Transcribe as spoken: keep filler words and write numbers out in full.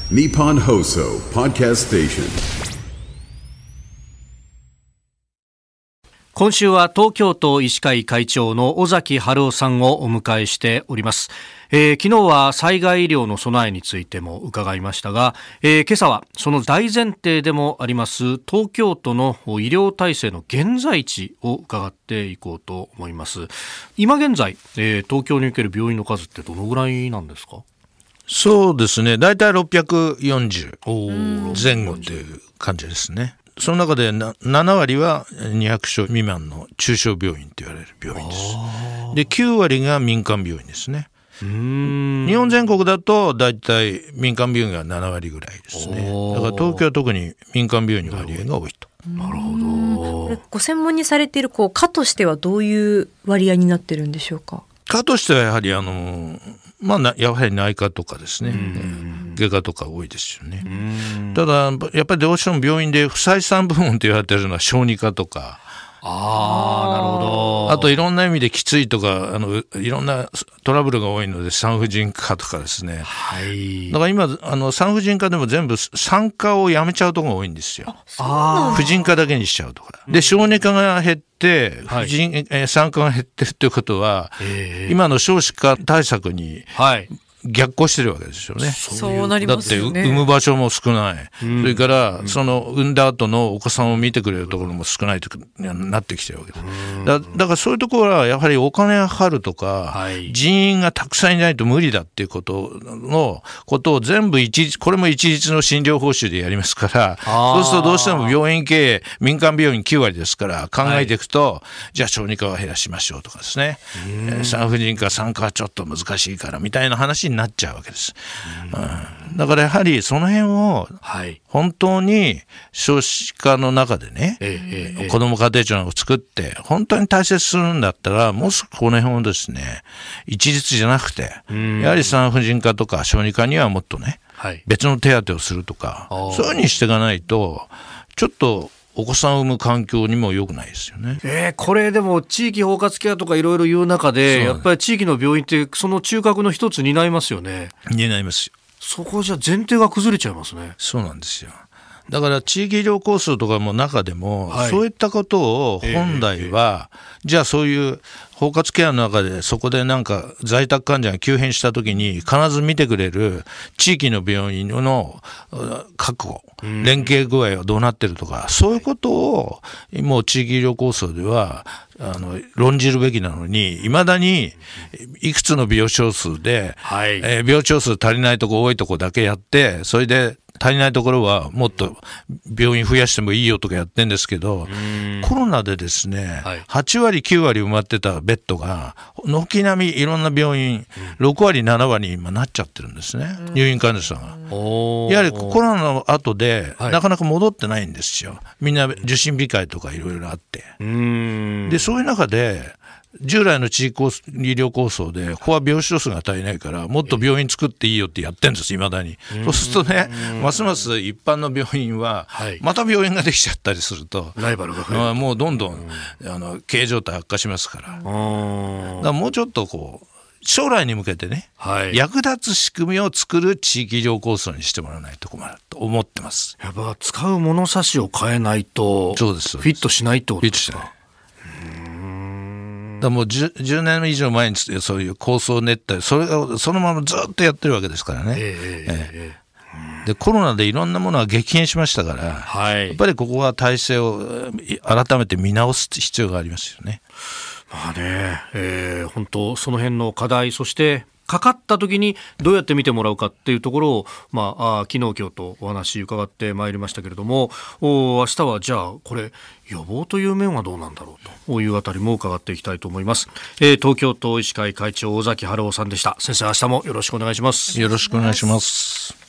Nippon Hoso Podcast Station。 今週は東京都医師会会長の尾崎治夫さんをお迎えしております。えー、昨日は災害医療の備えについても伺いましたが、えー、今朝はその大前提でもあります東京都の医療体制の現在地を伺っていこうと思います。今現在、えー、東京における病院の数ってどのぐらいなんですか？ そうですね、だいたいろっぴゃくよんじゅうぜん後という感じですね。その中でなななわりはにひゃくしょう未満の中小病院と言われる病院です。できゅうわりが民間病院ですね。うーん、日本全国だとだいたい民間病院がななわりぐらいですね。だから東京は特に民間病院の割合が多いと。 なるほど。 ご専門にされているこう科としてはどういう割合になってるんでしょうか？ 科としてはやはりあの、まあ、やはり内科とかですね、外科とか多いですよね。ただやっぱりどうしても病院で不採算部門と言われているのは小児科とか、 ああ、なるほど。 あといろんな意味できついとか、あのいろんなトラブルが多いので産婦人科とかですね。 はい。 だから今あの産婦人科でも全部産科をやめちゃうところが多いんですよ。 あ、 婦人科だけにしちゃうとか。で小児科が減って婦人、はい、え産科が減ってるということは、今の少子化対策に、はい、逆行してるわけですよね。 そうなりますよね。 だって産む場所も少ない、うん、それから、うん、その産んだ後のお子さんを見てくれるところも少ないとなってきてるわけです。だ, だからそういうところはやはりお金がかかるとか、はい、人員がたくさんいないと無理だっていうことのことを全部一律、これも一律の診療報酬でやりますから、そうするとどうしても病院経営、民間病院きゅうわりですから考えていくと、はい、じゃあ小児科は減らしましょうとかですね、産婦人科産科はちょっと難しいからみたいな話になっちゃうわけです。うん、だからやはりその辺を本当に少子化の中でね、はい、子ども家庭庁を作って本当に大切するんだったら、もう少しこの辺をですね一律じゃなくて、やはり産婦人科とか小児科にはもっとね、はい、別の手当てをするとか、そういうふうにしていかないとちょっとお子さんを産む環境にも良くないですよね。 えー、これでも地域包括ケアとかいろいろ言う中で、やっぱり地域の病院ってその中核の一つ担いますよね。 担いますよ。 そこじゃ前提が崩れちゃいますね。 そうなんですよ。だから地域医療構想とかも中でも、はい、そういったことを本来は、えー、じゃあそういう包括ケアの中でそこでなんか在宅患者が急変したときに必ず見てくれる地域の病院の確保、連携具合はどうなってるとか、そういうことをもう地域医療構想ではあの論じるべきなのに、いまだにいくつの病床数で、はい、えー、病床数足りないとこ多いとこだけやって、それで足りないところはもっと病院増やしてもいいよとかやってるんですけど、コロナでですね、はい、はちわりきゅうわり埋まってたベッドが軒並みいろんな病院ろくわりななわりに今なっちゃってるんですね、入院患者さんが。やはりコロナの後でなかなか戻ってないんですよ。みんな受診控えとかいろいろあって、うーん、でそういう中で従来の地域医療構想でここは病床数が足りないからもっと病院作っていいよってやってるんです、いまだに。そうするとね、ますます一般の病院はまた病院ができちゃったりすると、 ライバルが増える、 もうどんどんあの経営状態悪化しますから、だからもうちょっとこう将来に向けてね、はい、役立つ仕組みを作る地域医療構想にしてもらわないと困ると思ってます。 やっぱ使う物差しを変えないとフィットしないってことですか？ だもう 10, じゅうねん以上前にそういう構想を練ったり、それをそのままずっとやってるわけですからね、えーえー、でコロナでいろんなものが激変しましたから、はい、やっぱりここは体制を改めて見直す必要がありますよね。 まあね、えー、本当その辺の課題、そしてかかった時にどうやって見てもらうかっていうところを、まあ、あ昨日今日とお話伺ってまいりましたけれども、お明日はじゃあこれ予防という面はどうなんだろうというあたりも伺っていきたいと思います。えー、東京都医師会会長尾崎治夫さんでした。先生、明日もよろしくお願いします。 よろしくお願いします。